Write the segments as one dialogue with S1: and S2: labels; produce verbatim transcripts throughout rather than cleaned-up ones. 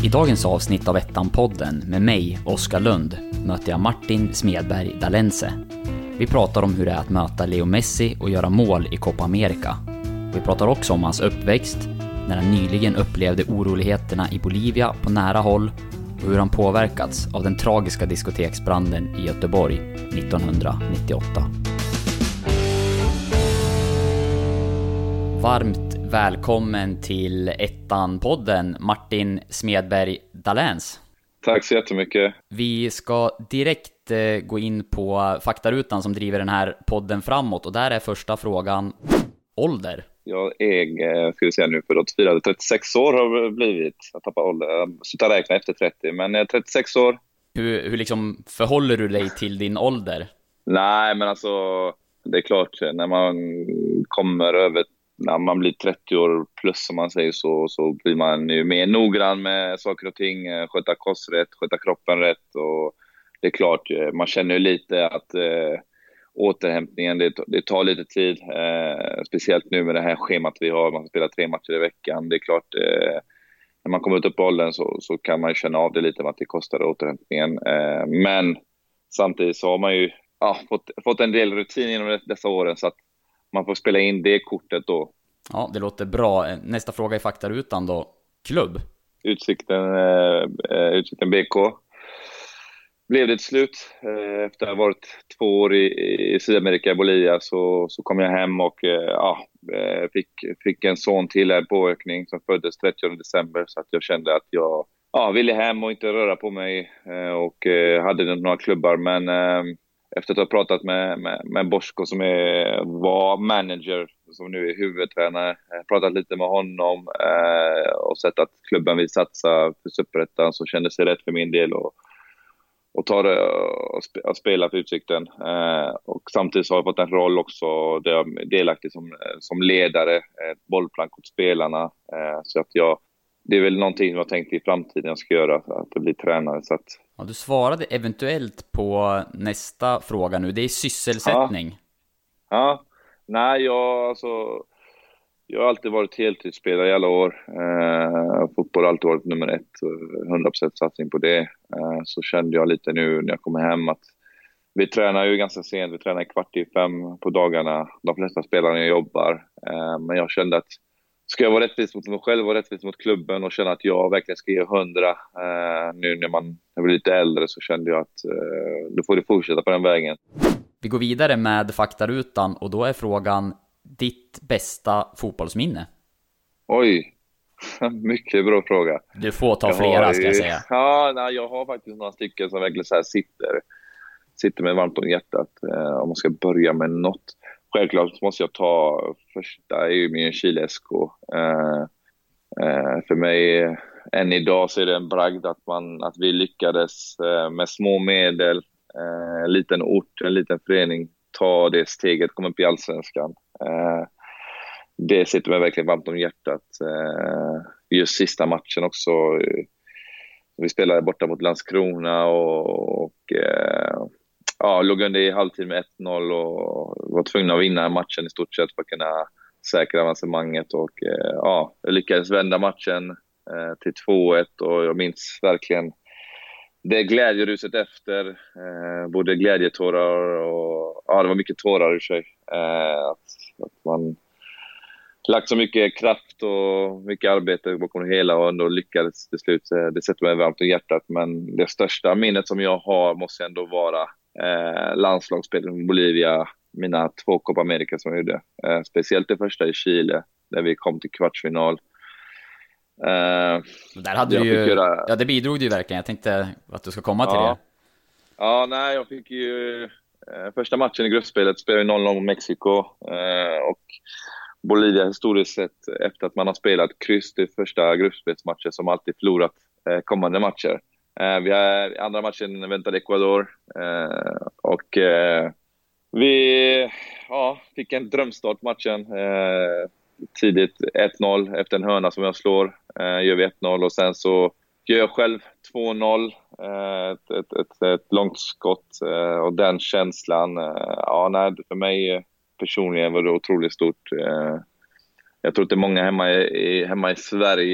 S1: I dagens avsnitt av Ettan-podden med mig, Oskar Lund, möter jag Martin Smedberg Dalense. Vi pratar om hur det är att möta Leo Messi och göra mål i Copa America. Vi pratar också om hans uppväxt, när han nyligen upplevde oroligheterna i Bolivia på nära håll och hur han påverkats av den tragiska diskoteksbranden i Göteborg nittonhundranittioåtta. Varmt välkommen till Ettan-podden, Martin Smedberg Dalense.
S2: Tack så jättemycket.
S1: Vi ska direkt eh, gå in på faktarutan som driver den här podden framåt. Och där är första frågan, ålder.
S2: Jag är, ska vi säga nu, för att fira trettiosex år har blivit. Jag tappar ålder, jag slutar räkna efter trettio, men jag är trettiosex år.
S1: Hur, hur liksom förhåller du dig till din ålder?
S2: Nej, men alltså, det är klart, när man kommer över, när man blir trettio år plus som man säger, så, så blir man ju mer noggrann med saker och ting, sköta kost rätt, sköta kroppen rätt. Och det är klart, man känner ju lite att eh, återhämtningen, det, det tar lite tid, eh, speciellt nu med det här schemat vi har, man spelar tre matcher i veckan. Det är klart, eh, när man kommer ut på åldern så, så kan man känna av det lite med att det kostar återhämtningen. Eh, men samtidigt så har man ju ja, fått, fått en del rutin inom dessa åren, så att man får spela in det kortet då.
S1: Ja, det låter bra. Nästa fråga i faktarutan då. Klubb?
S2: Utsikten, eh, Utsikten B K. Blev det ett slut. Eh, efter att ha varit två år i, i Sydamerika, i Bolivia, så, så kom jag hem och eh, ja, fick, fick en son till här påökning som föddes trettionde december. Så att jag kände att jag ja, ville hem och inte röra på mig. Eh, och eh, hade några klubbar, men eh, efter att ha pratat med, med, med Bosko som är, var manager, som nu är huvudtränare, pratat lite med honom eh, och sett att klubben vill satsa för Superettan, så kändes det rätt för min del och, och ta det och, sp- och spela för Utsikten. Eh, och samtidigt så har jag fått en roll också där jag är delaktig som, som ledare, ett bollplank åt spelarna. Eh, så att jag, det är väl någonting som jag tänkt i framtiden jag ska göra, att bli tränare. Så att
S1: ja, du svarade eventuellt på nästa fråga nu. Det är sysselsättning.
S2: Ja, ja. Nej, jag, alltså, jag har alltid varit heltidsspelare i alla år. Eh, fotboll har alltid varit nummer ett. hundra procent satsning på det. Eh, så kände jag lite nu när jag kommer hem att vi tränar ju ganska sent. Vi tränar kvart i fem på dagarna. De flesta spelarna jobbar. Eh, men jag kände att ska jag vara rättvis mot mig själv och rättvis mot klubben och känna att jag verkligen ska ge hundra eh, nu när man blir lite äldre, så kände jag att eh, då får det fortsätta på den vägen.
S1: Vi går vidare med faktarutan och då är frågan ditt bästa fotbollsminne.
S2: Oj, mycket bra fråga.
S1: Du får ta flera har, ska jag säga.
S2: Ja, nej, jag har faktiskt några stycken som verkligen så här sitter, sitter med varmt om hjärtat. Eh, om man ska börja med något. Självklart måste jag ta första är ju min Chile S K. Eh, eh, för mig än idag så är det en bragd att, man, att vi lyckades eh, med små medel, eh, en liten ort, en liten förening, ta det steget, komma upp i Allsvenskan. Eh, det sitter mig verkligen varmt om hjärtat. Eh, just sista matchen också. Eh, vi spelade borta mot Landskrona och, och eh, ja, låg under i halvtid med ett noll och var tvungna att vinna matchen i stort sett för att kunna säkra avancemanget. Och eh, ja, jag lyckades vända matchen eh, till två ett och jag minns verkligen det glädjeruset efter. Eh, både glädjetårar och ja, det var mycket tårar i sig. Eh, att, att man lagt så mycket kraft och mycket arbete bakom det hela och ändå lyckades till slut. Det sätter mig varmt i hjärtat, men det största minnet som jag har måste ändå vara Eh, landslagsspelet med Bolivia, mina två Copa America som jag gjorde. Eh, speciellt det första i Chile, där vi kom till kvartsfinal.
S1: Eh, där hade du ju, göra... ja, det bidrog du ju verkligen. Jag tänkte att du ska komma till
S2: ja.
S1: det.
S2: Ja, nej, jag fick ju eh, första matchen i gruppspelet spelade noll noll mot Mexiko. Eh, och Bolivia historiskt sett, efter att man har spelat kryss i första gruppspelsmatcher, som alltid förlorat eh, kommande matcher. Eh, vi har andra matchen väntade Ecuador eh, och eh, vi ja, fick en drömstart matchen eh, tidigt ett noll efter en hörna som jag slår, eh, gör vi ett noll och sen så gör jag själv två noll, eh, ett, ett, ett, ett långt skott eh, och den känslan, eh, ja nej, för mig personligen var det otroligt stort. Eh, jag tror att det är många hemma i, hemma i Sverige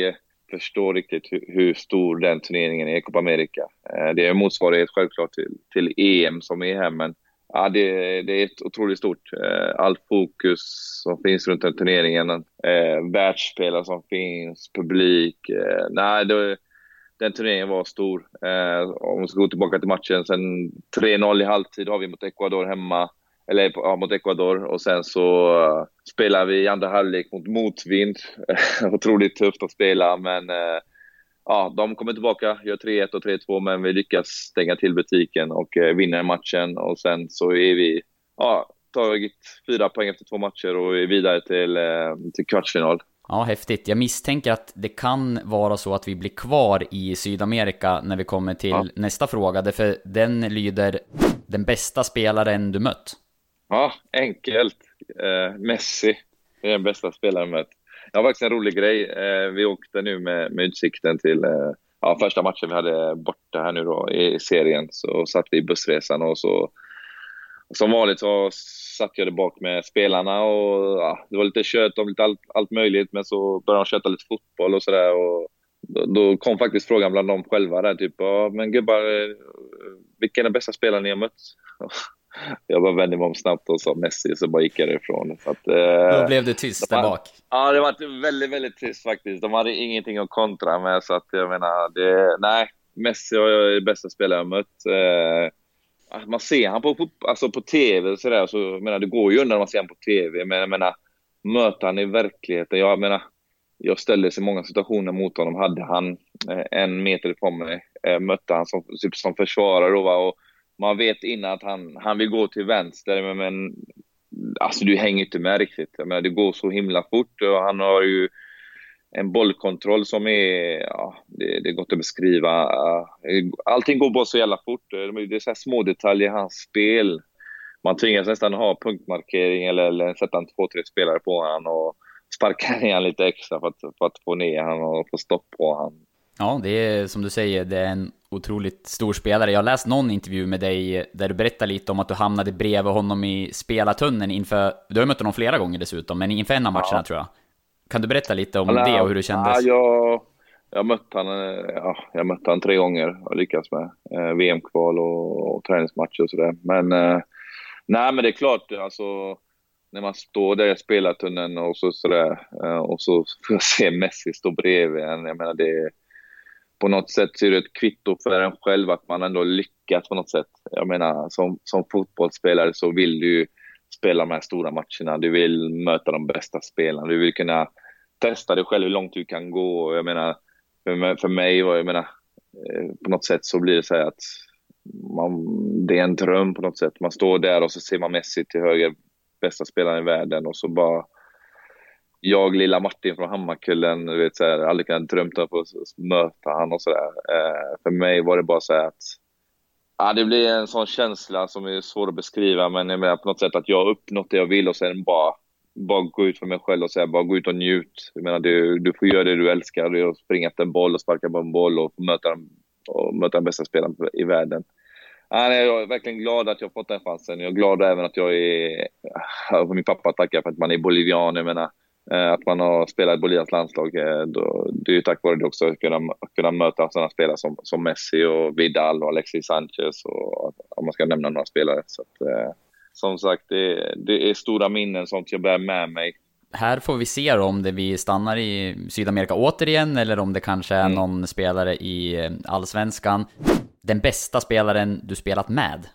S2: förstår riktigt hur, hur stor den turneringen är i Copa America. Eh, det är en motsvarighet självklart till, till E M som är här, men ja, det, det är ett otroligt stort. Eh, all fokus som finns runt den turneringen, eh, världsspelare som finns, publik. Eh, nej, det, den turneringen var stor. Eh, om vi ska gå tillbaka till matchen, sen tre noll i halvtid har vi mot Ecuador hemma. Eller ja, mot Ecuador. Och sen så uh, spelar vi i andra halvlek mot motvind. Otroligt tufft att spela, men uh, ja, de kommer tillbaka, gör tre ett och tre två, men vi lyckas stänga till butiken och uh, vinner matchen. Och sen så är vi, ja, tagit fyra poäng efter två matcher och är vidare till, uh, till kvartsfinal.
S1: Ja, häftigt. Jag misstänker att det kan vara så att vi blir kvar i Sydamerika när vi kommer till ja. nästa fråga. Därför den lyder: den bästa spelaren du mött?
S2: Ja, enkelt. Eh, Messi är den bästa spelaren jag mött. Det var faktiskt en rolig grej. Eh, vi åkte nu med, med utsikten till eh, ja, första matchen vi hade borta här nu då i serien. Så satt vi i bussresan och så som vanligt så satt jag där bak med spelarna och ja, det var lite kött om lite allt, allt möjligt, men så började de köta lite fotboll och sådär, och då, då kom faktiskt frågan bland dem själva där typ, ja, men gubbar, vilken är den bästa spelaren ni har mött? Jag bara vände mig om snabbt och sa Messi, så bara gick jag därifrån. Så att, eh,
S1: då blev det tyst där bak.
S2: Ja, det var väldigt, väldigt tyst faktiskt. De hade ingenting att kontra med, så att jag menar, det, nej, Messi är den bästa spelaren jag mött. Eh, man ser han på, alltså på tv så där, så menar, det går ju undan när man ser han på tv, men jag menar, möter han i verkligheten, jag menar, jag ställde sig i många situationer mot honom. Hade han eh, en meter ifrån mig, eh, mötte han som, typ, som försvarare då, va? Och man vet innan att han, han vill gå till vänster, men, men alltså du hänger inte med riktigt. Jag menar, det går så himla fort, och han har ju en bollkontroll som är, ja, det, det är gott att beskriva. Allting går bara så jävla fort. Det är så här små detaljer i hans spel. Man tvingas nästan ha punktmarkering eller, eller sätta en två, tre spelare på han och sparka ner han lite extra för att, för att få ner han och få stopp på han.
S1: Ja, det är som du säger, det är en otroligt stor spelare. Jag har läst någon intervju med dig där du berättar lite om att du hamnade bredvid honom i spelartunneln inför, du har mött honom flera gånger dessutom, men inför en av matcherna, ja, tror jag. Kan du berätta lite om Alla, det och hur det kändes?
S2: Ja, jag, jag mötte han, ja, jag mötte han tre gånger och lyckats med eh, V M-kval och, och träningsmatcher och sådär. Men eh, nej, men det är klart, alltså när man står där i spelartunneln och så sådär, eh, och så får jag se Messi stå bredvid en. Jag menar, det är, på något sätt så är det ett kvitto för en själv att man ändå lyckats på något sätt. Jag menar, som, som fotbollsspelare så vill du ju spela de här stora matcherna. Du vill möta de bästa spelarna. Du vill kunna testa dig själv hur långt du kan gå. Jag menar, för mig, för mig och jag menar, på något sätt så blir det så här att man, det är en dröm på något sätt. Man står där och så ser man Messi till höger, bästa spelaren i världen, och så bara jag, lilla Martin från Hammarkullen, du vet, så här, aldrig kan drömt om att möta han och sådär. Eh, för mig var det bara så här att ja, det blir en sån känsla som är svår att beskriva, men jag menar på något sätt att jag har uppnått det jag vill, och sen bara, bara gå ut för mig själv och säga, bara gå ut och njut. Jag menar, du, du får göra det du älskar, du får springa efter en boll och sparka på en boll och möta den, och möta den bästa spelaren i världen. Ja, jag är verkligen glad att jag har fått den chansen. Jag är glad även att jag är, för min pappa tackar för att man är bolivian. Jag menar, att man har spelat i Bolivias landslag, då, det är ju tack vare det också att kunna, kunna möta sådana spelare som, som Messi och Vidal och Alexis Sanchez, och om man ska nämna några spelare. Så att, eh, som sagt, det, det är stora minnen som jag bär med mig.
S1: Här får vi se om det vi stannar i Sydamerika återigen, eller om det kanske är mm. någon spelare i Allsvenskan. Den bästa spelaren du spelat med?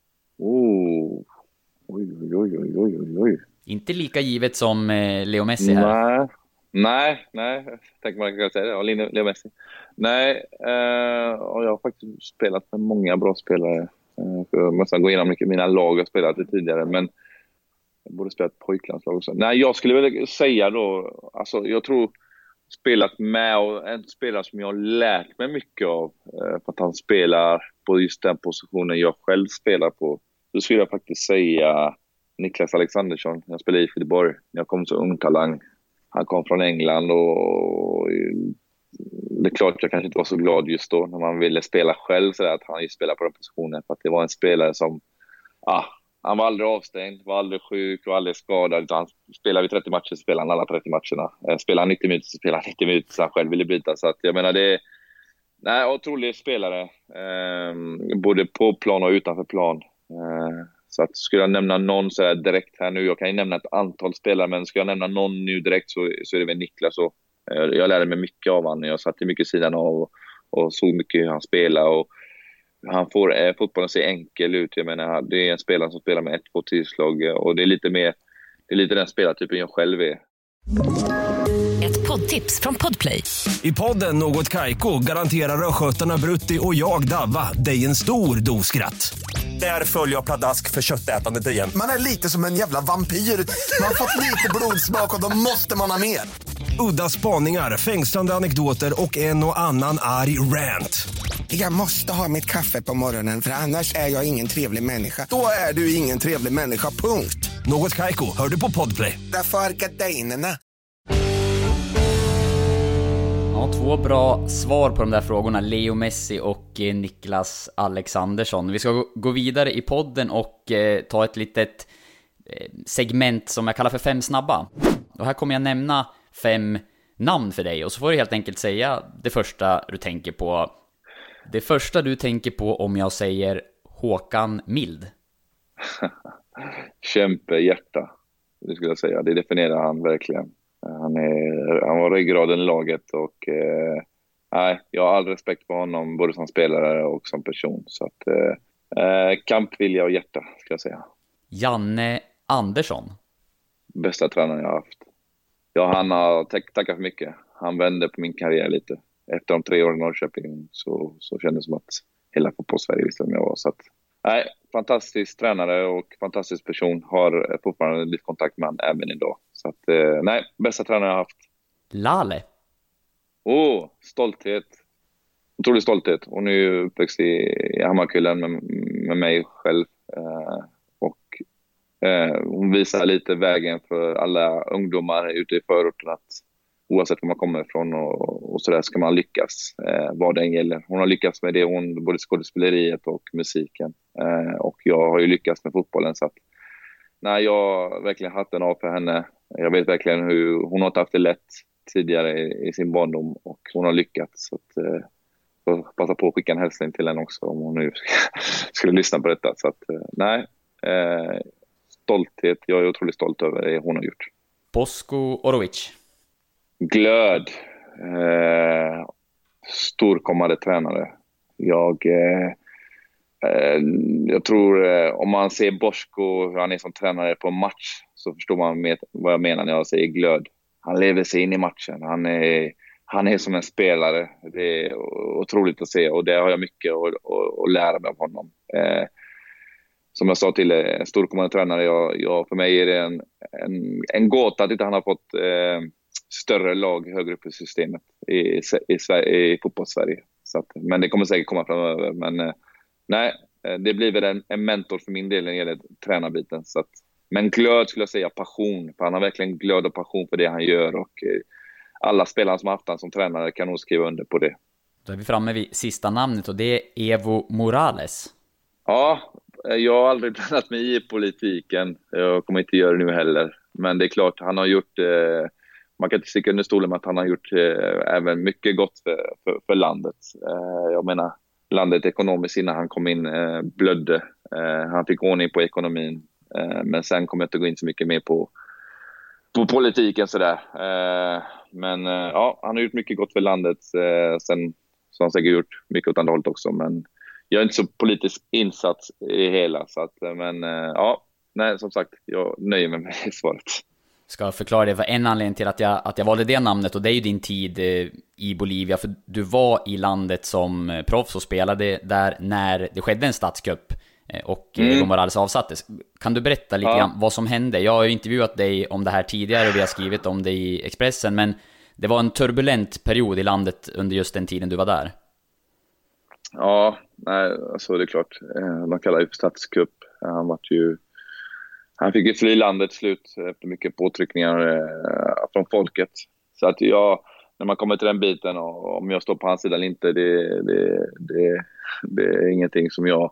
S2: Oh. Oj, oj, oj, oj, oj, oj.
S1: Inte lika givet som eh, Leo Messi här.
S2: Nej, nej, nej. Tänker man kan säga det. Ja, Leo Messi. Nej, eh, och jag har faktiskt spelat med många bra spelare. Eh, jag måste gå igenom mycket mina lag jag spelat i tidigare, men jag borde spela ett pojklandslag också. Nej, jag skulle väl säga då, alltså jag tror spelat med, och en spelare som jag har lärt mig mycket av, eh, för att han spelar på just den positionen jag själv spelar på. Så skulle jag faktiskt säga Niklas Alexandersson. Jag spelade i Göteborg. Jag kom så ung talang. Han kom från England, och det är klart jag kanske inte var så glad just då när man ville spela själv, så att han just spelade på den positionen, för att det var en spelare som ah, han var aldrig avstängd, var aldrig sjuk och aldrig skadad. Han spelar vi trettio matcher så spelar han alla trettio matcherna. Spelar han nittio minuter så spelar han nittio minuter så han själv ville bryta. Så att jag menar, det är nej, otrolig spelare. Eh, både på plan och utanför plan. Eh, så att skulle jag nämna någon så här direkt här nu, jag kan ju nämna ett antal spelare, men ska jag nämna någon nu direkt så, så är det väl Niklas. Och, eh, jag lärde mig mycket av honom. Jag satt i mycket sidan av och, och såg mycket hur han spelar och han får eh, fotbollen se enkel ut. Jag menar, det är en spelare som spelar med ett, två tillslag och det är lite mer, det är lite den spelartypen jag själv är.
S3: Ett poddtips från Podplay.
S4: I podden Något Kaiko garanterar röskötarna Brutti och jag Davva dig en stor doskratt. Där följer jag pladask för köttätandet igen.
S5: Man är lite som en jävla vampyr. Man har fått lite blodsmak och då måste man ha mer.
S4: Udda spaningar, fängslande anekdoter och en och annan arg rant.
S5: Jag måste ha mitt kaffe på morgonen för annars är jag ingen trevlig människa. Då är du ingen trevlig människa, punkt.
S4: Något Kaiko, hör du på Podplay.
S5: Därför är gardinerna.
S1: Ja, två bra svar på de där frågorna, Leo Messi och eh, Niklas Alexandersson. Vi ska gå, gå vidare i podden och eh, ta ett litet eh, segment som jag kallar för fem snabba. Och här kommer jag nämna fem namn för dig och så får du helt enkelt säga det första du tänker på. Det första du tänker på om jag säger Håkan Mild.
S2: Kämpehjärta, det skulle jag säga. Det definierar han verkligen. Han, är, han var ryggraden i laget och eh, nej, jag har all respekt för honom både som spelare och som person. Så att eh, kampvilja och hjärta ska jag säga.
S1: Janne Andersson.
S2: Bästa tränaren jag har haft. Ja, han har tack, tackat för mycket. Han vände på min karriär lite. Efter de tre åren i Norrköping så, så kändes det som att hela fotbollssverige visste vem jag var. Så att, nej, fantastisk tränare och fantastisk person. Har fortfarande lite kontakt med honom även idag. Så att, eh, nej, bästa tränare jag har haft.
S1: Lale.
S2: Åh, oh, stolthet. Otrolig stolthet. Hon är ju uppväxt i, i Hammarkullen med, med mig själv. Eh, och eh, hon visar lite vägen för alla ungdomar ute i förorten att oavsett var man kommer ifrån och, och sådär ska man lyckas, eh, vad det gäller. Hon har lyckats med det, hon, både skådespeleriet och musiken. Eh, och jag har ju lyckats med fotbollen. Så att, nej, jag har verkligen haft en av för henne. Jag vet verkligen hur hon har haft det lätt tidigare i, i sin barndom och hon har lyckats. Så att, eh, jag passar på att skicka en hälsning till henne också om hon nu skulle lyssna på detta. Så att, eh, nej, eh, stolthet. Jag är otroligt stolt över det hon har gjort.
S1: Bosko Orovic.
S2: Glöd. Eh, storkommande tränare. Jag, eh, eh, jag tror eh, om man ser Bosko, hur han är som tränare på en match, så förstår man med, vad jag menar när jag säger glöd. Han lever sig in i matchen. Han är, han är som en spelare. Det är otroligt att se och det har jag mycket att, att, att lära mig av honom. Eh, som jag sa till en storkommande tränare, jag, jag, för mig är det en, en, en gåta att inte han har fått eh, större lag högre upp i systemet i, i, Sverige, i fotbollssverige. Så att, men det kommer säkert komma framöver. Men eh, nej, det blir väl en, en mentor för min del när det gäller tränarbiten. Så att, men glöd skulle jag säga, passion. För han har verkligen glöd och passion för det han gör. Och eh, alla spelare som har haft han som tränare kan nog skriva under på det.
S1: Då är vi framme vid sista namnet och det är Evo Morales.
S2: Ja, jag har aldrig blandat mig i politiken. Jag kommer inte göra det nu heller. Men det är klart, han har gjort... Eh, man kan inte sticka under stolen med att han har gjort eh, även mycket gott för, för, för landet. Eh, jag menar, landet ekonomiskt innan han kom in eh, blödde. Eh, han fick ordning på ekonomin. Eh, men sen kommer jag inte gå in så mycket mer på, på politiken sådär. Eh, men eh, ja, han har gjort mycket gott för landet. Eh, sen så har han säkert gjort mycket åt andra hållet också. Men jag är inte så politiskt insatt i hela. Så att, men eh, ja, nej, som sagt, jag nöjer mig med svaret.
S1: Ska förklara det, för en anledning till att jag, att jag valde det namnet, och det är ju din tid eh, i Bolivia, för du var i landet som eh, proffs och spelade där när det skedde en statskupp eh, och mm. Evo Morales avsattes. Kan du berätta lite ja. grann vad som hände? Jag har ju intervjuat dig om det här tidigare och vi har skrivit om det i Expressen, men det var en turbulent period i landet under just den tiden du var där.
S2: Ja, nej, alltså det är klart. Man kallar det för statskupp. Han var ju Han fick ju fly landet slut efter mycket påtryckningar eh, från folket. Så att jag, när man kommer till den biten och om jag står på hans sida eller inte, det, det, det, det är ingenting som jag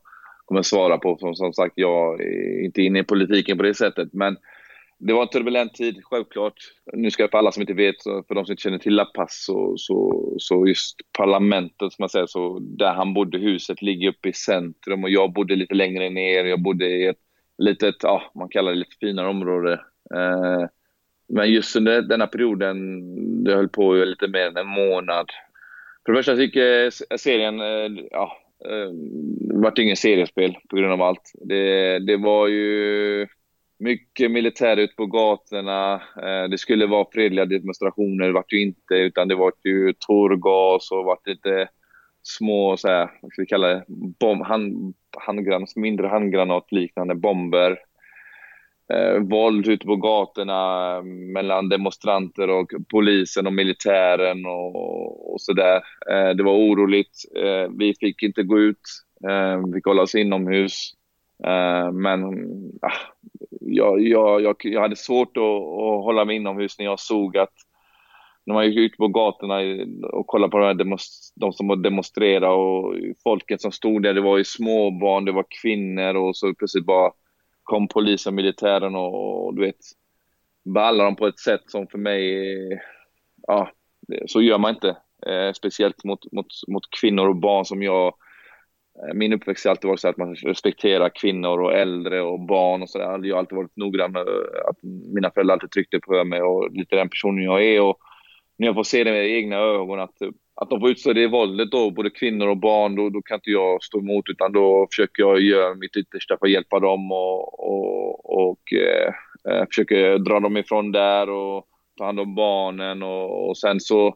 S2: kommer svara på. Som, som sagt, jag är inte inne i politiken på det sättet. Men det var en turbulent tid, självklart. Nu ska jag för alla som inte vet, för de som inte känner till La Paz, så, så, så just parlamentet, som man säger, så där han bodde, huset ligger uppe i centrum och jag bodde lite längre ner. Jag bodde i ett litet, ja, man kallar det lite finare område. Eh, men just under denna perioden, det höll på lite mer än en månad. För det första gick serien, eh, ja, det var ingen seriespel på grund av allt. Det, det var ju mycket militär ut på gatorna. Det skulle vara fredliga demonstrationer, det var ju inte, utan det var ju tårgas och var lite små, så här, vad ska vi kalla det, bomb, hand, handgranat, mindre handgranatliknande bomber. Eh, våld ute på gatorna mellan demonstranter och polisen och militären och, och sådär. Eh, det var oroligt. Eh, vi fick inte gå ut. Eh, vi fick hålla oss inomhus. Eh, men ah, jag, jag, jag, jag hade svårt att, att hålla mig inomhus när jag såg att när man gick ut på gatorna och kollade på de, här demonst- de som demonstrerade och folket som stod där, det var ju småbarn, det var kvinnor och så plötsligt bara kom polisen och militären och, och du vet, ballar dem på ett sätt som för mig, ja, så gör man inte. Eh, speciellt mot, mot, mot kvinnor och barn som jag, min uppväxt har alltid varit så att man respekterar kvinnor och äldre och barn och sådär. Jag har alltid varit noggrann med att mina föräldrar alltid tryckte på mig och lite den personen jag är, och när jag får se det med egna ögon att, att de får utstå det våldet då, både kvinnor och barn, då, då kan inte jag stå emot, utan då försöker jag göra mitt yttersta för att hjälpa dem och, och, och eh, försöker dra dem ifrån där och ta hand om barnen och, och sen så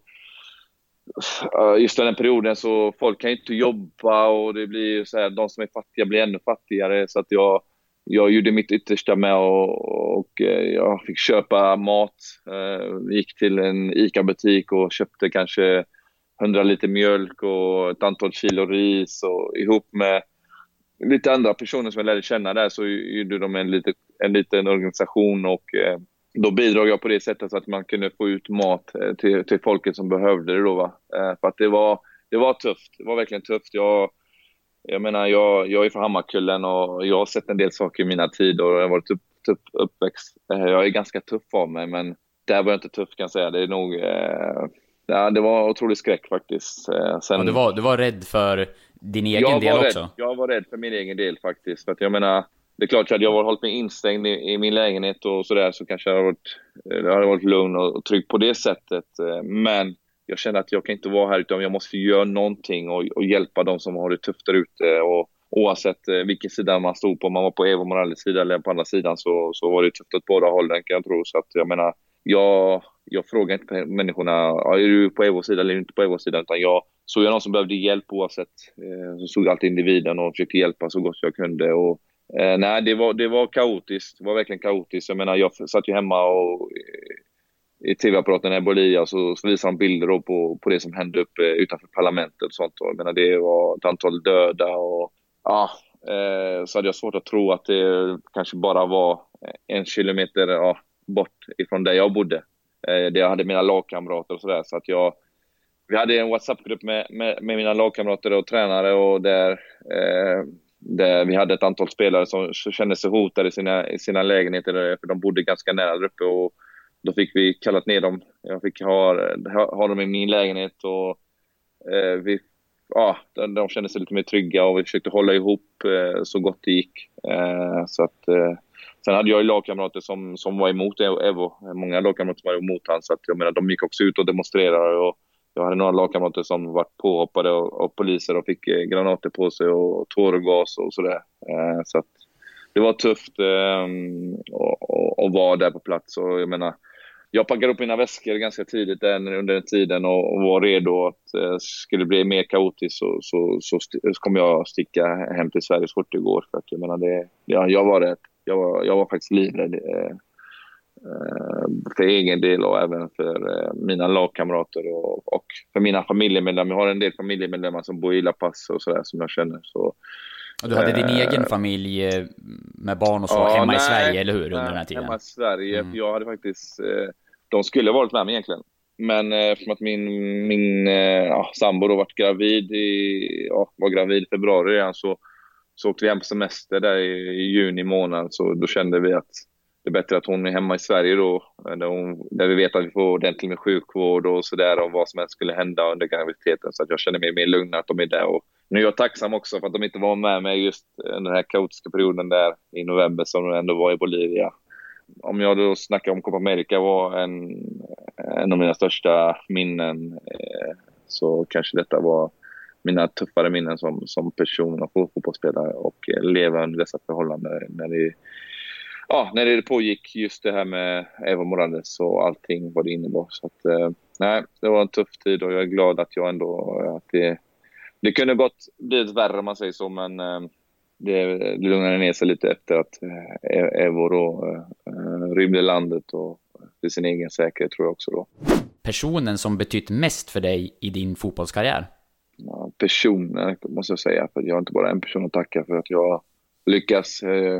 S2: just den perioden så folk kan inte jobba och det blir så här, de som är fattiga blir ännu fattigare, så att jag Jag gjorde mitt yttersta med och, och jag fick köpa mat. Jag gick till en ICA-butik och köpte kanske hundra liter mjölk och ett antal kilo ris. Och ihop med lite andra personer som jag lärde känna där så gjorde de en, lite, en liten organisation. Och då bidrog jag på det sättet så att man kunde få ut mat till, till folket som behövde det då. Va? För att det var, det var tufft. Det var verkligen tufft. Jag... Jag menar, jag, jag är från Hammarkullen och jag har sett en del saker i mina tider och jag har varit upp, upp, uppväxt. Jag är ganska tuff av mig, men där var jag inte tuff kan jag säga. Det är nog, eh, ja, det var otroligt skräck faktiskt. Sen,
S1: ja, du, var, du var rädd för din egen
S2: jag
S1: del
S2: var
S1: också?
S2: Rädd, jag var rädd för min egen del faktiskt. För att jag menar, det är klart att jag var hållit mig instängd i, i min lägenhet och sådär, så kanske jag hade varit, det hade varit lugn och, och trygg på det sättet. Men jag kände att jag kan inte vara här utan jag måste göra någonting och, och hjälpa de som har det tufft där ute. Och oavsett eh, vilken sida man stod på, om man var på Evo Morales sida eller på andra sidan, så, så var det tufft åt båda hållen kan jag tro. Så att jag menar, jag, jag frågar inte människorna, är du på Evo sida eller inte på Evo sida, utan jag såg jag någon som behövde hjälp oavsett. Eh, så såg alltid individen och försökte hjälpa så gott jag kunde. Och eh, nej, det var, det var kaotiskt. Det var verkligen kaotiskt. Jag menar, jag satt ju hemma och i tv-apparaten i Bolivia så, så visar de bilder då på, på det som hände uppe utanför parlamentet och sånt. Och jag menar, det var ett antal döda och ja, eh, så hade jag svårt att tro att det kanske bara var en kilometer ja, bort ifrån där jag bodde. Eh, där jag hade mina lagkamrater och sådär. Så att jag, vi hade en WhatsApp-grupp med, med, med mina lagkamrater och tränare och där, eh, där vi hade ett antal spelare som kände sig hotade i sina, i sina lägenheter, för de bodde ganska nära där uppe och då fick vi kallat ner dem. Jag fick ha, ha, ha dem i min lägenhet och eh, vi, ja, de, de kände sig lite mer trygga och vi försökte hålla ihop eh, så gott det gick. Eh, så att, eh, sen hade jag ju lagkamrater som, som var emot Evo. Många lagkamrater var emot han, så att jag menar, de gick också ut och demonstrerade. Och jag hade några lagkamrater som var påhoppade av, av poliser och fick eh, granater på sig och, och tårgas och sådär. Eh, så att det var tufft eh, att vara där på plats. Och jag menar, jag packade upp mina väskor ganska tidigt under den tiden och, och var redo att eh, skulle det bli mer kaotiskt så, så, så, st- så kommer jag sticka hem till Sverige så fort det går. För att jag menar, det, ja, jag var rädd. Jag var, jag var faktiskt livrädd eh, för egen del och även för eh, mina lagkamrater och, och för mina familjemedlemmar. Jag har en del familjemedlemmar som bor i La Paz och sådär som jag känner. Så,
S1: och du hade din
S2: eh,
S1: egen familj med barn och så
S2: ja,
S1: hemma
S2: nej,
S1: i Sverige, eller hur? Under
S2: nej,
S1: den här tiden?
S2: Hemma i Sverige.
S1: Mm.
S2: Jag hade faktiskt... Eh, de skulle ha varit med mig egentligen. Men eh, eftersom att min, min eh, ja, sambo då varit gravid i, ja, var gravid i februari redan, så, så åkte vi hem på semester där i, i juni månad. Så då kände vi att det är bättre att hon är hemma i Sverige då. Där, hon, där vi vet att vi får ordentligt med sjukvård och sådär. Och vad som helst skulle hända under graviditeten. Så att jag kände mig mer lugn att de är där. Och nu är jag tacksam också för att de inte var med mig just den här kaotiska perioden där i november som de ändå var i Bolivia. Om jag då snackar om Copa America var en, en av mina största minnen, eh, så kanske detta var mina tuffare minnen som, som person och fotbollsspelare och eh, leva under dessa förhållanden när det, ja, när det pågick just det här med Evo Morales och allting vad det innebar. Så att, eh, nej, det var en tuff tid och jag är glad att jag ändå, att det, det kunde gott bli ett värre om man säger så, men eh, Det, det lugnade ner sig lite efter att eh, Evo då eh, rymde landet och för sin egen säkerhet tror jag också då.
S1: Personen som betytt mest för dig i din fotbollskarriär?
S2: Ja, personer måste jag säga, för jag har inte bara en person att tacka för att jag lyckas. Eh,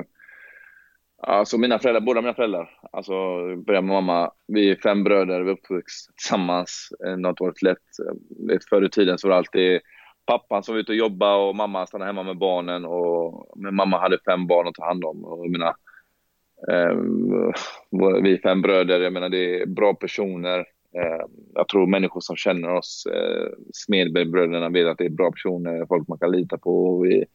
S2: alltså mina föräldrar, båda mina föräldrar. Alltså börjar med mamma. Vi är fem bröder, vi är uppvuxna tillsammans. Det har inte varit lätt. Förr i tiden så var det alltid pappan som var ute och jobba och mamma stannade hemma med barnen. Och, men mamma hade fem barn att ta hand om. Och jag menar, eh, vi är fem bröder, jag menar det är bra personer. Eh, jag tror människor som känner oss, eh, Smedbergbröderna, vet att det är bra personer, folk man kan lita på. Och vi,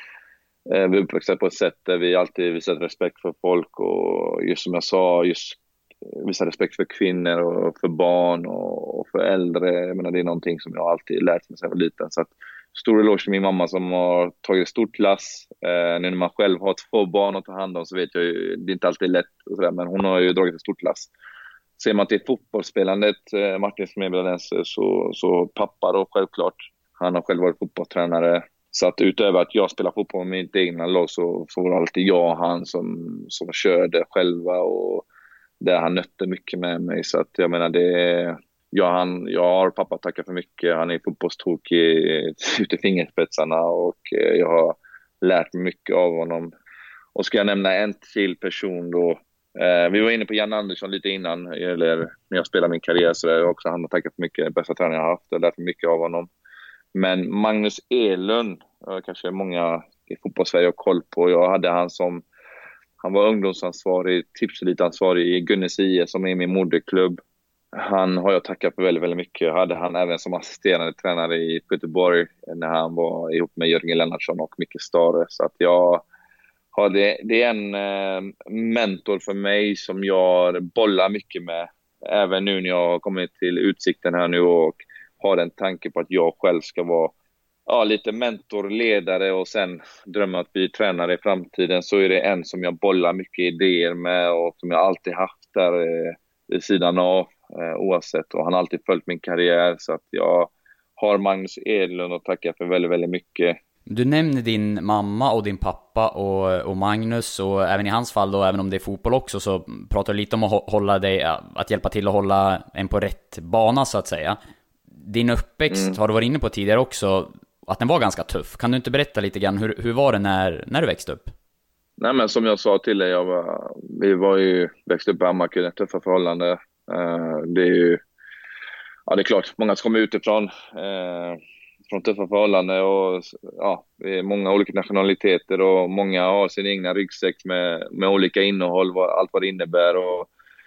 S2: eh, vi är uppväxta på ett sätt där vi alltid visar respekt för folk. Och just som jag sa, just visa respekt för kvinnor och för barn och för äldre. Jag menar, det är någonting som jag alltid lärt mig sedan jag var liten. Så att, stor eloge till min mamma som har tagit stort klass. Eh, när man själv har två barn att ta hand om så vet jag ju, det är inte alltid lätt och sådär, men hon har ju dragit ett stort klass. Ser man till fotbollsspelandet, eh, Martin Smedberg, så, så pappa då självklart. Han har själv varit fotbollstränare. Så att utöver att jag spelar fotboll med mitt egna lag så, så var det alltid jag och han som, som körde själva och där han nötte mycket med mig. Så att jag menar, det jag, han, jag har pappa tacka för mycket. Han är fotbollstokig ut i fingerspetsarna och jag har lärt mig mycket av honom. Och ska jag nämna en till person då. Eh, vi var inne på Jan Andersson lite innan, eller när jag spelade min karriär, så jag också han har tackat för mycket. Bästa tränare jag har haft, jag har lärt mig mycket av honom. Men Magnus Elund, kanske många i fotbollssverige har koll på. Jag hade han som Han var ungdomsansvarig, tipselitansvarig i Gunnes I S som är min moderklubb. Han har jag tackat för väldigt, väldigt mycket. Jag hade han även som assisterande tränare i Göteborg när han var ihop med Jörgen Lennartsson och Micke Stare. Så att jag har det, det är en eh, mentor för mig som jag bollar mycket med. Även nu när jag har kommit till Utsikten här nu och har en tanke på att jag själv ska vara ja, lite mentor, ledare och sen drömmer att bli tränare i framtiden, så är det en som jag bollar mycket idéer med och som jag alltid haft där eh, vid sidan av eh, oavsett. Och han har alltid följt min karriär, så att jag har Magnus Edlund att tacka för väldigt, väldigt mycket.
S1: Du nämner din mamma och din pappa och, och Magnus, och även i hans fall då, även om det är fotboll också, så pratar du lite om att hålla dig, att hjälpa till att hålla en på rätt bana så att säga. Din uppväxt mm. har du varit inne på tidigare också, att den var ganska tuff. Kan du inte berätta lite grann, hur, hur var det när, när du växte upp?
S2: Nej, men som jag sa till dig, jag var, vi var ju växte upp i Hammarkullen, tuffa förhållanden. Uh, det är ju, ja det är klart, många som kommer utifrån uh, från tuffa förhållanden och ja, det är många olika nationaliteter och många har sin egna ryggsäck med, med olika innehåll, vad, allt vad det innebär och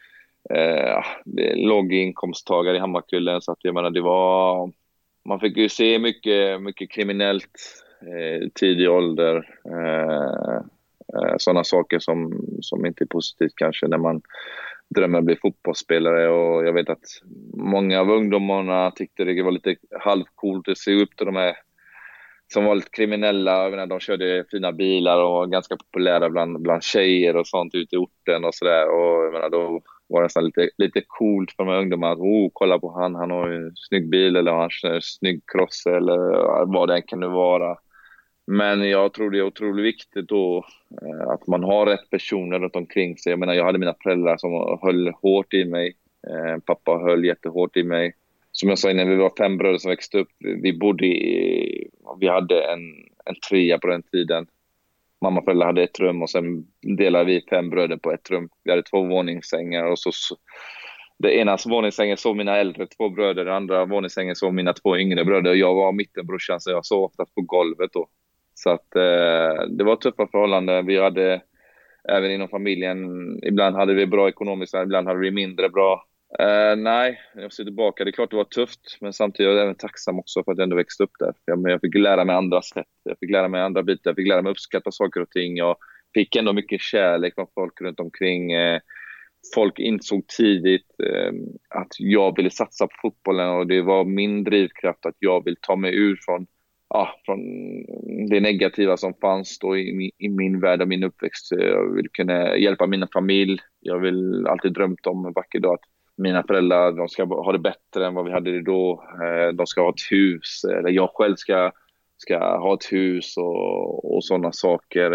S2: uh, det är låg inkomsttagare i Hammarkullen, så att jag menar det var, man fick ju se mycket, mycket kriminellt eh, tidig ålder. Eh, eh, sådana saker som, som inte är positivt kanske när man drömmer att bli fotbollsspelare. Och jag vet att många av ungdomarna tyckte det var lite halvcoolt att se upp till de här som var lite kriminella. Jag menar, de körde fina bilar och var ganska populära bland, bland tjejer och sånt ute i orten och sådär. Och jag menar, då var det nästan lite, lite coolt för de här ungdomarna att oh, kolla på han, han har en snygg bil eller han har en snygg cross eller vad det kan det vara. Men jag tror det är otroligt viktigt då att man har rätt personer runt omkring sig. Jag menar, jag hade mina föräldrar som höll hårt i mig. Pappa höll jättehårt i mig. Som jag sa innan, vi var fem bröder som växte upp. Vi bodde i, vi hade en, en trea på den tiden. Mamma och föräldrar hade ett rum och sen delade vi fem bröder på ett rum. Vi hade två våningssängar och så, så det ena våningssängen sov mina äldre två bröder, den andra våningssängen sov mina två yngre bröder. Jag var mittenbrorsan så jag sov oftast på golvet då. Så att eh, det var tuffa förhållanden. Vi hade även inom familjen, ibland hade vi bra ekonomiskt, ibland hade vi mindre bra. Eh, nej, jag ser tillbaka. Det är klart det var tufft, men samtidigt är jag även tacksam också för att jag ändå växte upp där. Jag, jag fick lära mig andra sätt. Jag fick lära mig andra bitar. Jag fick lära mig uppskatta saker och ting. Jag fick ändå mycket kärlek från folk runt omkring. Eh, folk insåg tidigt eh, att jag ville satsa på fotbollen, och det var min drivkraft att jag vill ta mig ur från, ja, från det negativa som fanns då i, i min värld och min uppväxt. Jag vill kunna hjälpa mina familj. Jag vill alltid drömt om en vacker dag att mina föräldrar, de ska ha det bättre än vad vi hade det då. De ska ha ett hus, eller jag själv ska, ska ha ett hus och, och sådana saker.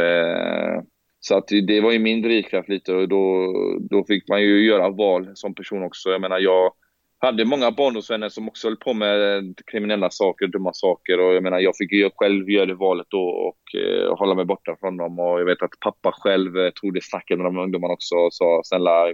S2: Så att det var ju min drivkraft lite, och då, då fick man ju göra val som person också. Jag menar, jag hade många barndomsvänner som också höll på med kriminella saker, dumma saker, och jag menar, jag fick ju själv göra det valet då och eh, hålla mig borta från dem. Och jag vet att pappa själv eh, tog det snacket med de ungdomarna också och sa, snälla,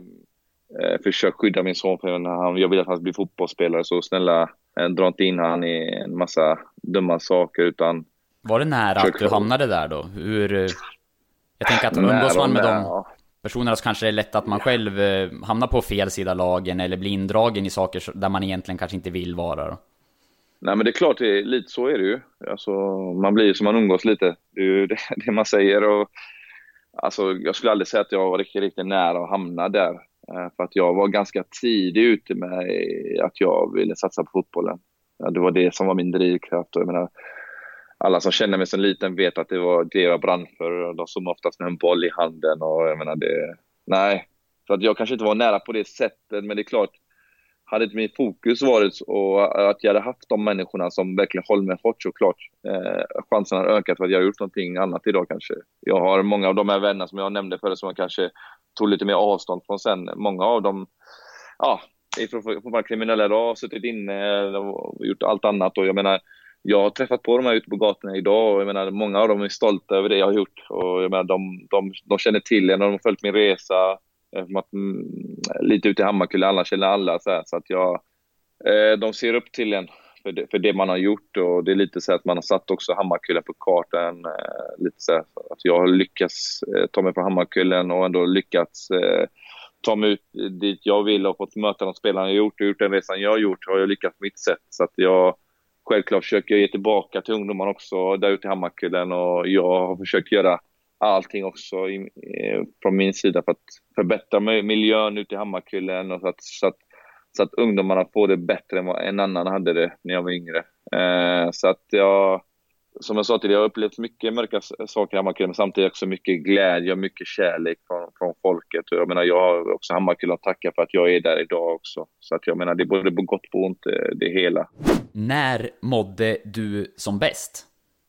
S2: eh, försök skydda min son, för han, jag vill att han ska bli fotbollsspelare, så snälla, eh, dra inte in han i en massa dumma saker, utan...
S1: Var det nära att du hamnade där då? Hur... Jag tänker att umgås man med de personerna så kanske det är lätt att man själv eh, hamnar på fel sida lagen eller blir indragen i saker där man egentligen kanske inte vill vara då.
S2: Nej, men det är klart, det är, lite så är det ju. Alltså, man blir som man umgås lite. Det är ju det, det man säger. Och, alltså, jag skulle aldrig säga att jag var riktigt, riktigt nära att hamna där. Eh, för att jag var ganska tidig ute med att jag ville satsa på fotbollen. Ja, det var det som var min drivkraft. Och jag menar, alla som känner mig som liten vet att det var det jag brann för. De som oftast med en boll i handen. Och jag menar det... Nej, för att jag kanske inte var nära på det sättet. Men det är klart, hade inte min fokus varit och att jag hade haft de människorna som verkligen håller mig hårt, så klart. Eh, chansen har ökat för att jag har gjort någonting annat idag kanske. Jag har många av de här vännerna som jag nämnde förut som jag kanske tog lite mer avstånd från sen. Många av dem... Ja, är fortfarande kriminella idag, har suttit inne och gjort allt annat. Och jag menar... Jag har träffat på dem här ute på gatorna idag, och jag menar, många av dem är stolta över det jag har gjort. Och jag menar, de, de, de känner till en och de har följt min resa. Att, mm, lite ute i Hammarkullen, alla känner alla. Så, här, så att jag, eh, de ser upp till en för det, för det man har gjort. Och det är lite så att man har satt också Hammarkullen på kartan. Eh, lite så här, att jag har lyckats eh, ta mig från Hammarkullen och ändå lyckats eh, ta mig ut dit jag vill och fått möta de spelarna jag har gjort. Och gjort den resan jag har gjort har jag lyckats på mitt sätt. Så att jag... Självklart försöker jag ge tillbaka till ungdomarna också där ute i Hammarkullen, och jag har försökt göra allting också i, eh, från min sida för att förbättra miljön ute i Hammarkullen, och så att, så, att, så att ungdomarna får det bättre än vad en annan hade det när jag var yngre. Eh, så att jag, som jag sa till dig, jag har upplevt mycket mörka saker i Hammarkullen, men samtidigt också mycket glädje och mycket kärlek från, från folket. Och jag menar, jag har också Hammarkullen att tacka för att jag är där idag också. Så att jag menar, det är både på gott och ont, det hela.
S1: När mådde du som bäst?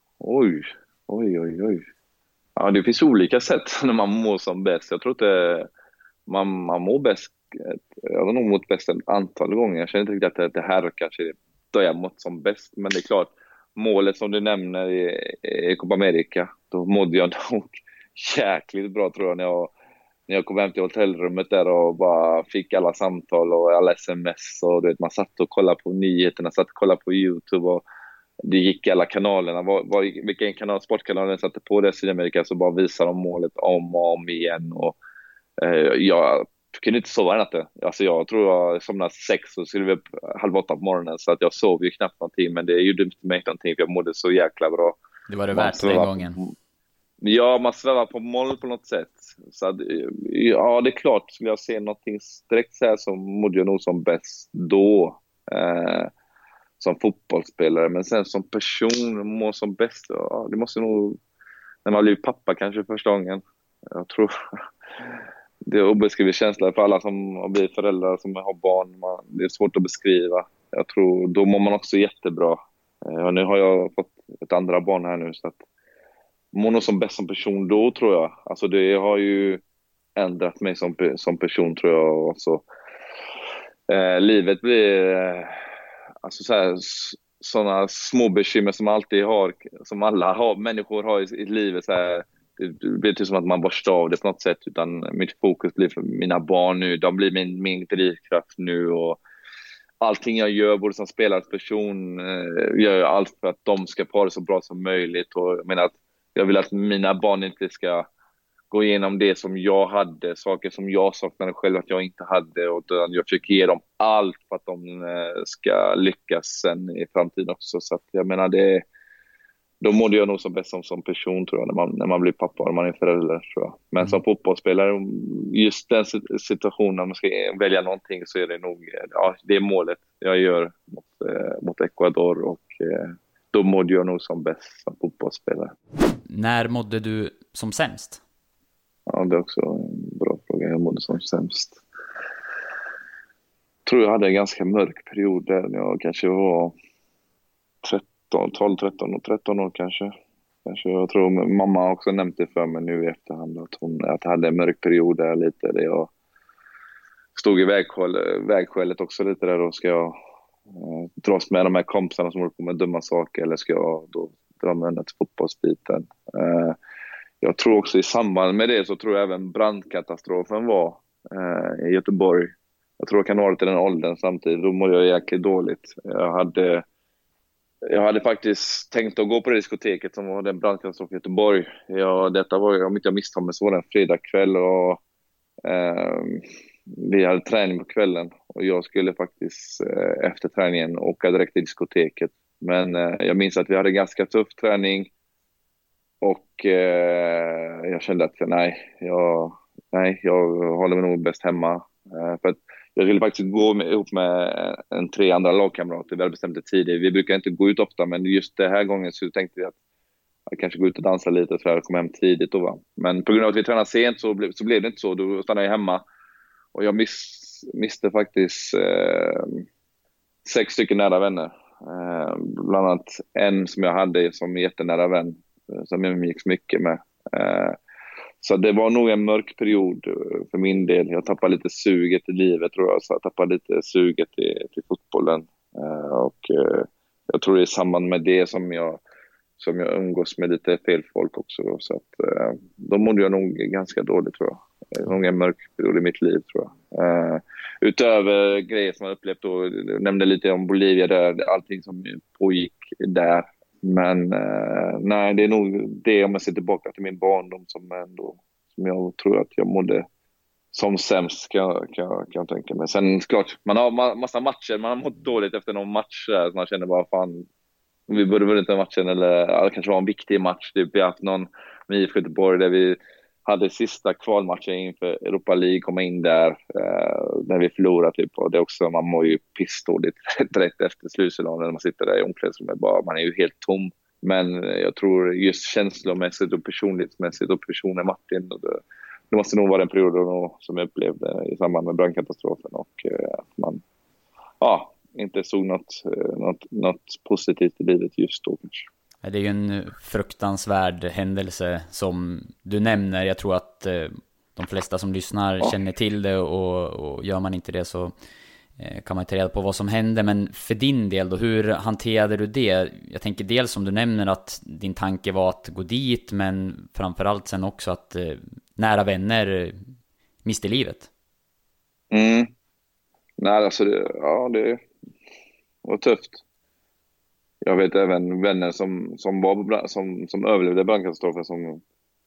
S2: Oj, oj, oj, oj. Ja, det finns olika sätt när man mår som bäst. Jag tror inte man, man mår bäst. Jag har nog mått bäst ett antal gånger. Jag känner inte riktigt att det här kanske då jag mått som bäst. Men det är klart, målet som du nämner i, i Copa America, då mådde jag nog jäkligt bra, tror jag, när jag när jag kom hem till hotellrummet där och bara fick alla samtal och alla sms, och du vet, man satt och kollade på nyheterna, satt och kollade på YouTube, och det gick i alla kanalerna. Var, var, vilken kanal, sportkanalen satte på det i Sydamerika, så bara visade de målet om och om igen. Och eh, jag kunde inte sova natten. Alltså jag tror jag somnade sex och skulle upp halv åtta på morgonen, så att jag sov ju knappt någonting, men det gjorde inte mig någonting för jag mådde så jäkla bra.
S1: Det var det värt den gången.
S2: Ja, man svävar på mål på något sätt. Så att, ja, det är klart, skulle jag se någonting direkt så här, så mådde jag nog som bäst då. Eh, som fotbollsspelare. Men sen som person må som bäst. Ja, det måste nog, när man blir pappa kanske första gången. Jag tror det är obeskrivlig känsla för alla som har blivit föräldrar, som har barn. Man, det är svårt att beskriva. Jag tror, då mår man också jättebra. Eh, och nu har jag fått ett andra barn här nu, så att mår nog som bäst som person då, tror jag. Alltså det har ju ändrat mig som, som person, tror jag. Också. Eh, livet blir eh, alltså så här, sådana små bekymmer som alltid har, som alla har, människor har i, i livet. Så här, det blir inte som att man borstar av det på något sätt, utan mitt fokus blir för mina barn nu. De blir min, min drivkraft nu, och allting jag gör, både som spelarsperson, eh, gör jag allt för att de ska få det så bra som möjligt. Och jag menar att jag vill att mina barn inte ska gå igenom det som jag hade, saker som jag saknade själv att jag inte hade, och jag försöker ge dem allt för att de ska lyckas sen i framtiden också. Så att jag menar, det, då mådde jag nog som bäst som, som person, tror jag, när man, när man blir pappa och man är förälder, tror jag. Men mm. som fotbollsspelare, just den situationen, när man ska välja någonting, så är det nog, ja, det är målet jag gör mot, eh, mot Ecuador, och eh, då mådde jag nog som bäst som fotbollsspelare.
S1: När mådde du som sämst?
S2: Ja, det är också en bra fråga. Jag mådde som sämst. Jag tror jag hade en ganska mörk period där när jag kanske var tretton, tolv, tretton och tretton år kanske. kanske. Jag tror mamma också nämnt det för mig nu i efterhand, att hon att jag hade en mörk period där lite, där jag stod i vägskälet också lite där. Då ska jag eh, dras med de här kompisarna som håller på med dumma saker, eller ska jag då dra mig undan till fotbollsbiten. Eh, Jag tror också i samband med det så tror jag även brandkatastrofen var eh, i Göteborg. Jag tror jag kan ha det till den åldern samtidigt. Då mådde jag jäkligt dåligt. Jag hade, jag hade faktiskt tänkt att gå på det diskoteket som var den brandkatastrofen i Göteborg. Ja, detta var, om inte jag misstar mig, så var det en fredag kväll, och eh, vi hade träning på kvällen. Och jag skulle faktiskt eh, efter träningen åka direkt till diskoteket. Men eh, jag minns att vi hade ganska tuff träning. Och eh, jag kände att nej jag, nej, jag håller mig nog bäst hemma. Eh, för att jag ville faktiskt gå med, ihop med en tre andra lagkamrater. Vi hade bestämt det tidigt. Vi brukar inte gå ut ofta, men just det här gången så tänkte vi att jag kanske gå ut och dansa lite och så här, komma hem tidigt. Då, va? Men på grund av att vi tränade sent så, ble, så blev det inte så. Då stannade jag hemma. Och jag miss, miste faktiskt eh, sex stycken nära vänner. Eh, bland annat en som jag hade som jättenära vän, som jag gick mycket med. Eh, så det var nog en mörk period för min del. Jag tappade lite suget i livet, tror jag. Så jag tappade lite suget till, till fotbollen. Eh, och eh, jag tror det är i samband med det som jag, som jag umgås med lite fel folk också. Då. Så att, eh, då mådde jag nog ganska dåligt, tror jag. Det var nog en mörk period i mitt liv, tror jag. Eh, utöver grejer som jag upplevt då, jag nämnde lite om Bolivia där, allting som pågick där. Men eh, nej, det är nog det, om jag ser tillbaka till min barndom, som ändå, som jag tror att jag mådde som sämst, kan, kan, kan jag tänka mig. Sen klart, man har ma- massa matcher, man har mått dåligt efter någon match där, så man känner bara fan, vi borde vunnit den matchen, eller ja, det kanske var en viktig match. Typ, vi har haft någon med I F K Göteborg där vi hade sista kvalmatchen inför Europa League, komma in där eh, när vi förlorade typ, och det är också, man mår ju pissdåligt direkt efter slutsignalen när man sitter där i omklädningsrummet, bara man är ju helt tom. Men jag tror just känslomässigt och personlighetsmässigt och personen Martin, och det, det måste nog vara den perioden då, som jag upplevde i samband med brandkatastrofen, och eh, att man ja, inte såg något, något, något positivt i livet just då kanske.
S1: Det är ju en fruktansvärd händelse som du nämner. Jag tror att eh, de flesta som lyssnar ja. känner till det, och, och gör man inte det så eh, kan man ta reda på vad som hände. Men för din del då, hur hanterade du det? Jag tänker dels som du nämner att din tanke var att gå dit, men framförallt sen också att eh, nära vänner miste livet.
S2: Mm. Nej, alltså det, ja, det var tufft. Jag vet även vänner som, som, var, som, som överlevde brandkatastrofen som,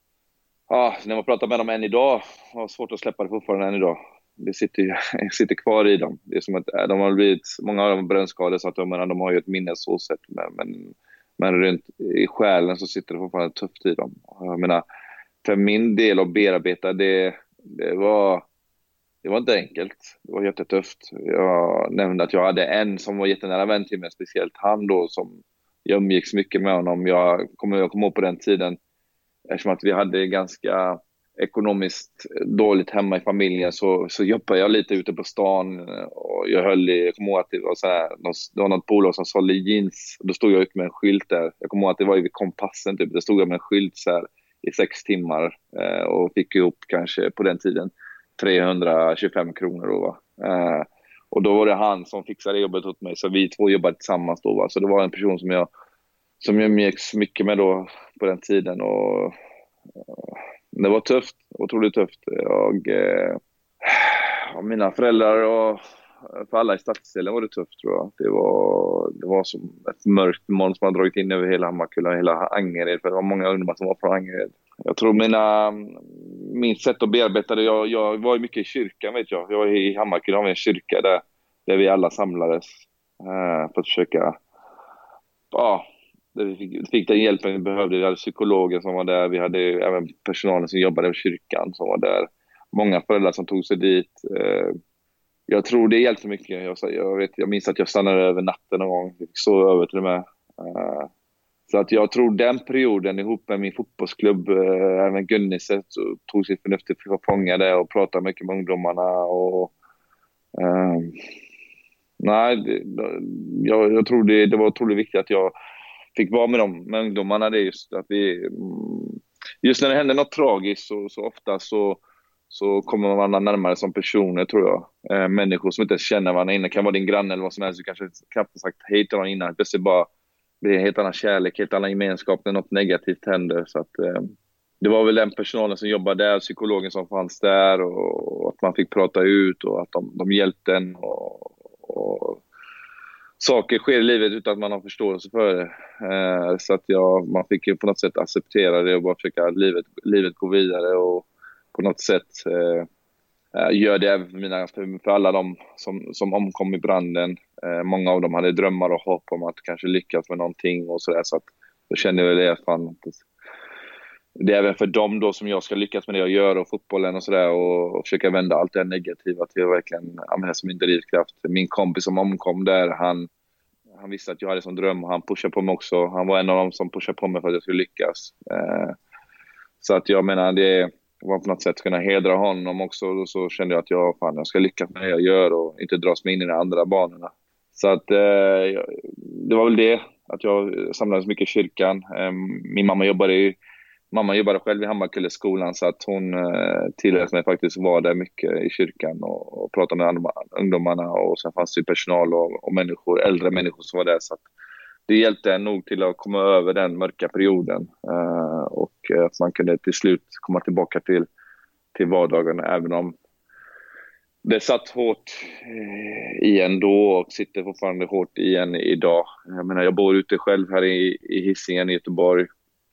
S2: ah, när man pratar med dem än idag, har svårt att släppa det fortfarande än idag. Det sitter, sitter kvar i dem. Det är som att de har blivit, många av dem har brännskador, så att de, de har ju ett minne så sätt, men, men, men runt i själen så sitter det fortfarande tufft i dem. Jag menar, för min del att bearbeta det, det var Det var inte enkelt. Det var jättetufft. Jag nämnde att jag hade en som var jättenära vän till mig, speciellt han då, som jag umgicks mycket med honom. Jag kommer jag kom ihåg på den tiden, eftersom att vi hade ganska ekonomiskt dåligt hemma i familjen, så, så jobbade jag lite ute på stan, och jag höll i, jag kommer ihåg att det var, så här, det var något bolag som sålde jeans, och då stod jag ut med en skylt där. Jag kommer ihåg att det var vid Kompassen typ. Då stod jag med en skylt så här i sex timmar eh, och fick ihop kanske på den tiden trehundratjugofem kronor då, va? Eh, och då var det han som fixade jobbet åt mig, så vi två jobbade tillsammans då, va? Så det var en person som jag som jag umgicks mycket med då på den tiden, och eh, det var tufft, otroligt tufft. Jag, eh, mina föräldrar och för alla i stadsdelen var det tufft, tror jag. Det var, det var som ett mörkt moln som har dragit in över hela Hammarkullen, hela Angered, för det var många ungdomar som var från Angered. Jag tror mina, min sätt att bearbeta det, jag, jag var ju mycket i kyrkan, vet jag. Jag var i Hammarkullen, har vi en kyrka där, där vi alla samlades eh, för att försöka, ja, där vi fick, fick den hjälpen vi behövde. Vi hade psykologer som var där, vi hade även personalen som jobbade i kyrkan som var där. Många föräldrar som tog sig dit. Eh, jag tror det hjälpte mycket. Jag, jag, vet, jag minns att jag stannade över natten någon gång. Jag fick sova över till och med. Eh, så att jag tror den perioden ihop med min fotbollsklubb, eh, även Gunnisse, så tog sig förnuftigt för att fånga det och prata mycket med ungdomarna. Och, eh, nej, det, jag, jag tror det, det var otroligt viktigt att jag fick vara med dem, med ungdomarna. Det är just att vi, just när det händer något tragiskt så, så ofta så så kommer man varandra närmare som personer, tror jag. Eh, människor som inte känner varandra innan. Kan vara din granne eller vad som helst. Du kanske knappt sagt hej till någon innan. Det bara blir en helt annan kärlek, helt annan gemenskap när något negativt händer. Så att, eh, det var väl den personalen som jobbade där, psykologen som fanns där, och, och att man fick prata ut och att de, de hjälpte en. Och, och saker sker i livet utan att man har förståelse för det. Eh, så att jag, man fick ju på något sätt acceptera det och bara försöka att livet, livet gå vidare och på något sätt eh, gör det även för, mina, för, för alla de som, som omkom i branden. Eh, många av dem hade drömmar och hopp om att kanske lyckas med någonting och sådär. Så att jag kände väl det, fan, det är även för dem då som jag ska lyckas med det jag gör och fotbollen och sådär, och, och försöka vända allt det negativa till att verkligen använda det som min drivkraft. Min kompis som omkom där, han, han visste att jag hade som dröm och han pushade på mig också. Han var en av dem som pushade på mig för att jag skulle lyckas. Eh, så att jag menar, det var på något sätt kunna hedra honom också, och så kände jag att jag, fan, jag ska lyckas med det jag gör och inte dras mig in i de andra banorna. Så att eh, det var väl det, att jag samlades mycket i kyrkan. Eh, min mamma jobbade i, mamma jobbade själv i Hammarkulleskolan, så att hon eh, tillät mig faktiskt vara där mycket i kyrkan och, och prata med andra, ungdomarna, och sen fanns det personal och, och människor, äldre människor som var där, så att det hjälpte en nog till att komma över den mörka perioden, uh, och att man kunde till slut komma tillbaka till, till vardagen, även om det satt hårt uh, i en då och sitter fortfarande hårt i en idag. Jag menar, jag bor ute själv här i, i Hisingen i Göteborg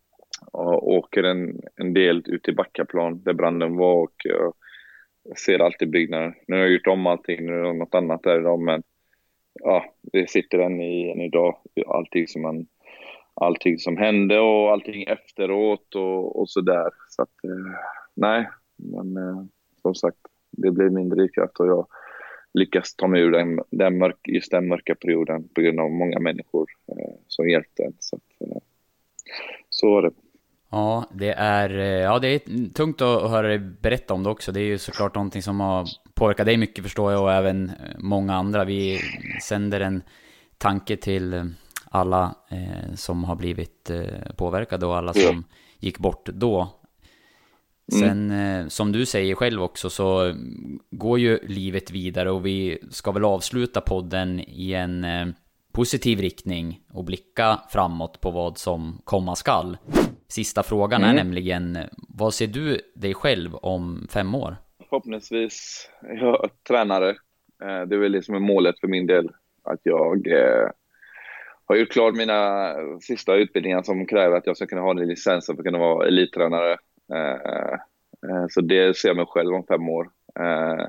S2: och åker en, en del ut till Backaplan där branden var, och uh, jag ser alltid byggnader. Nu har jag gjort om allting, nu är det något annat där idag, men ja, det sitter än i en idag. Allting som, man, allting som hände och allting efteråt och, och sådär. Så att, eh, nej, men eh, som sagt, det blir min drivkraft och jag lyckas ta mig ur den, den mörk, just den mörka perioden på grund av många människor eh, som hjälpte en. Så, att, eh, så var det.
S1: Ja, det är, ja, det är tungt att höra dig berätta om det också. Det är ju såklart någonting som har påverkat dig mycket, förstår jag, och även många andra. Vi sänder en tanke till alla eh, som har blivit eh, påverkade och alla som gick bort då. Sen, eh, som du säger själv också, så går ju livet vidare, och vi ska väl avsluta podden i en eh, positiv riktning och blicka framåt på vad som komma skall. Sista frågan mm. är nämligen, vad ser du dig själv om fem år?
S2: Förhoppningsvis jag är tränare. Det är väl det som är målet för min del. Att jag eh, har gjort klart mina sista utbildningar som kräver att jag ska kunna ha en licens för att kunna vara elittränare. Eh, eh, så det ser jag mig själv om fem år. Eh,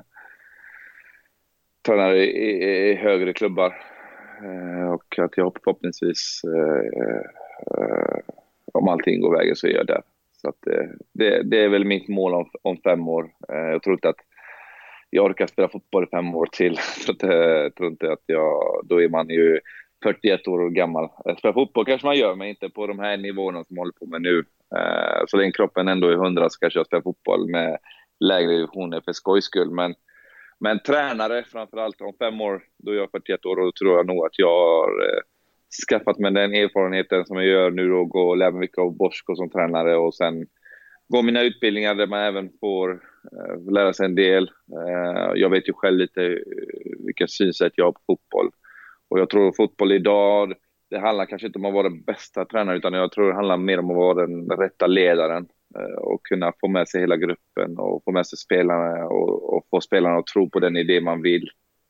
S2: tränare i, i högre klubbar. Eh, och att jag förhoppningsvis... Eh, eh, om allting går vägen så är jag där. Så att, eh, det, det är väl mitt mål om, om fem år. Eh, jag tror inte att jag orkar spela fotboll i fem år till. Så att, eh, jag tror inte att jag... Då är man ju fyrtioett år gammal. Spela fotboll kanske man gör, men inte på de här nivåerna som jag håller på med nu. Eh, så länge kroppen ändå är hundra så kanske jag spelar fotboll med lägre divisioner för skojs skull. Men, men tränare framförallt om fem år, då är jag fyrtioett år, och då tror jag nog att jag har... Eh, skaffat med den erfarenheten som jag gör nu, och gå och lära mig mycket av Bosko som tränare, och sen gå mina utbildningar där man även får eh, lära sig en del. Eh, jag vet ju själv lite vilka synsätt jag har på fotboll, och jag tror fotboll idag, det handlar kanske inte om att vara den bästa tränaren, utan jag tror det handlar mer om att vara den rätta ledaren eh, och kunna få med sig hela gruppen och få med sig spelarna och, och få spelarna att tro på den idé man vill.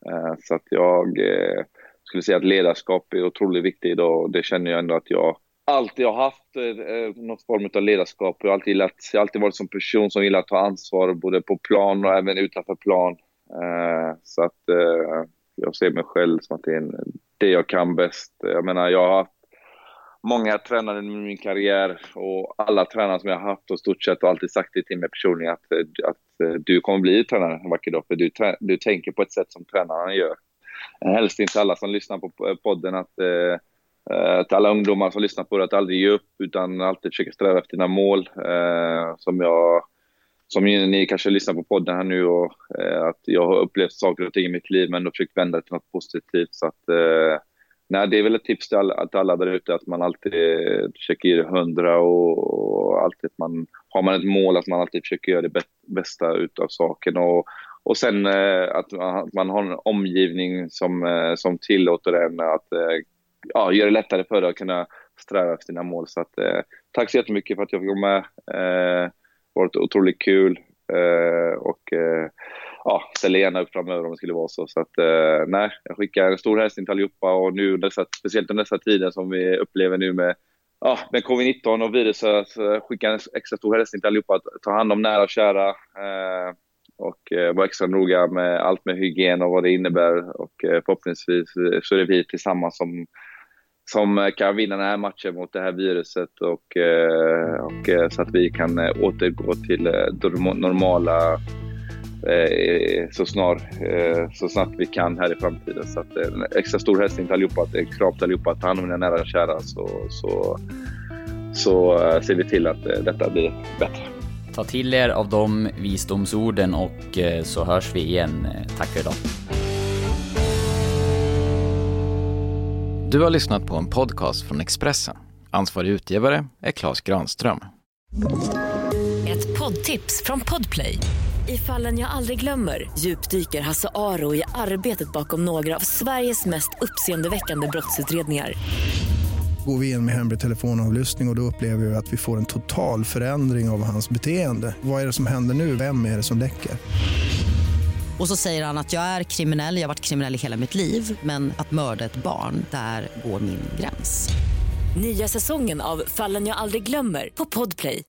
S2: Eh, så att jag eh, skulle säga att ledarskap är otroligt viktigt idag, och det känner jag ändå att jag alltid har haft eh, någon form av ledarskap. Jag har alltid, gillat, jag har alltid varit som person som gillar att ta ansvar både på plan och även utanför plan. Eh, så att eh, jag ser mig själv som att det är en, det jag kan bäst. Jag menar, jag har haft många tränare i min karriär, och alla tränare som jag har haft och stort sett har alltid sagt det till mig personligen att, att du kommer bli tränare en vacker dag, för du, du tänker på ett sätt som tränarna gör. Helst inte alla som lyssnar på podden att, att alla ungdomar som lyssnar på det att aldrig ge upp, utan alltid försöka sträva efter dina mål. Som jag Som ni kanske lyssnar på podden här nu, och att jag har upplevt saker och ting i mitt liv men då försökt vända till något positivt. Så att nej, det är väl ett tips till alla, att alla där ute, att man alltid försöker ge det hundra, och, och alltid man, har man ett mål att man alltid försöker göra det bästa utav saken, och, och sen att man har en omgivning som, som tillåter en att ja, göra det lättare för dig att kunna sträva efter dina mål. Så att, tack så jättemycket för att jag fick vara med. Eh, varit otroligt kul, eh, och eh, ja, ställer gärna upp framöver om det skulle vara så. Så att, eh, nej, jag skickar en stor hälsning till allihopa, och nu dessa, speciellt under dessa tiden som vi upplever nu med, ja, med covid nitton och viruset, så skickar en extra stor hälsning till allihopa att ta hand om nära och kära, eh, och eh, vara extra noga med allt med hygien och vad det innebär, och eh, förhoppningsvis så är det vi tillsammans som som kan vinna den här matchen mot det här viruset, och, och så att vi kan återgå till det normala eh, så, snar, eh, så snabbt vi kan här i framtiden. Så att en extra stor hälsning till allihopa, en krav till allihopa, att ta hand om mina nära och kära, så, så, så ser vi till att detta blir bättre.
S1: Ta till er av de visdomsorden, och så hörs vi igen. Tack för idag.
S6: Du har lyssnat på en podcast från Expressen. Ansvarig utgivare är Claes Granström.
S3: Ett poddtips från Podplay. I Fallen jag aldrig glömmer djupdyker Hasse Aro i arbetet bakom några av Sveriges mest uppseendeväckande brottsutredningar.
S7: Går vi in med hemlig telefonavlyssning, och då upplever vi att vi får en total förändring av hans beteende. Vad är det som händer nu? Vem är det som läcker?
S8: Och så säger han att jag är kriminell, jag har varit kriminell i hela mitt liv. Men att mörda ett barn, där går min gräns.
S3: Nya säsongen av Fallen jag aldrig glömmer på Podplay.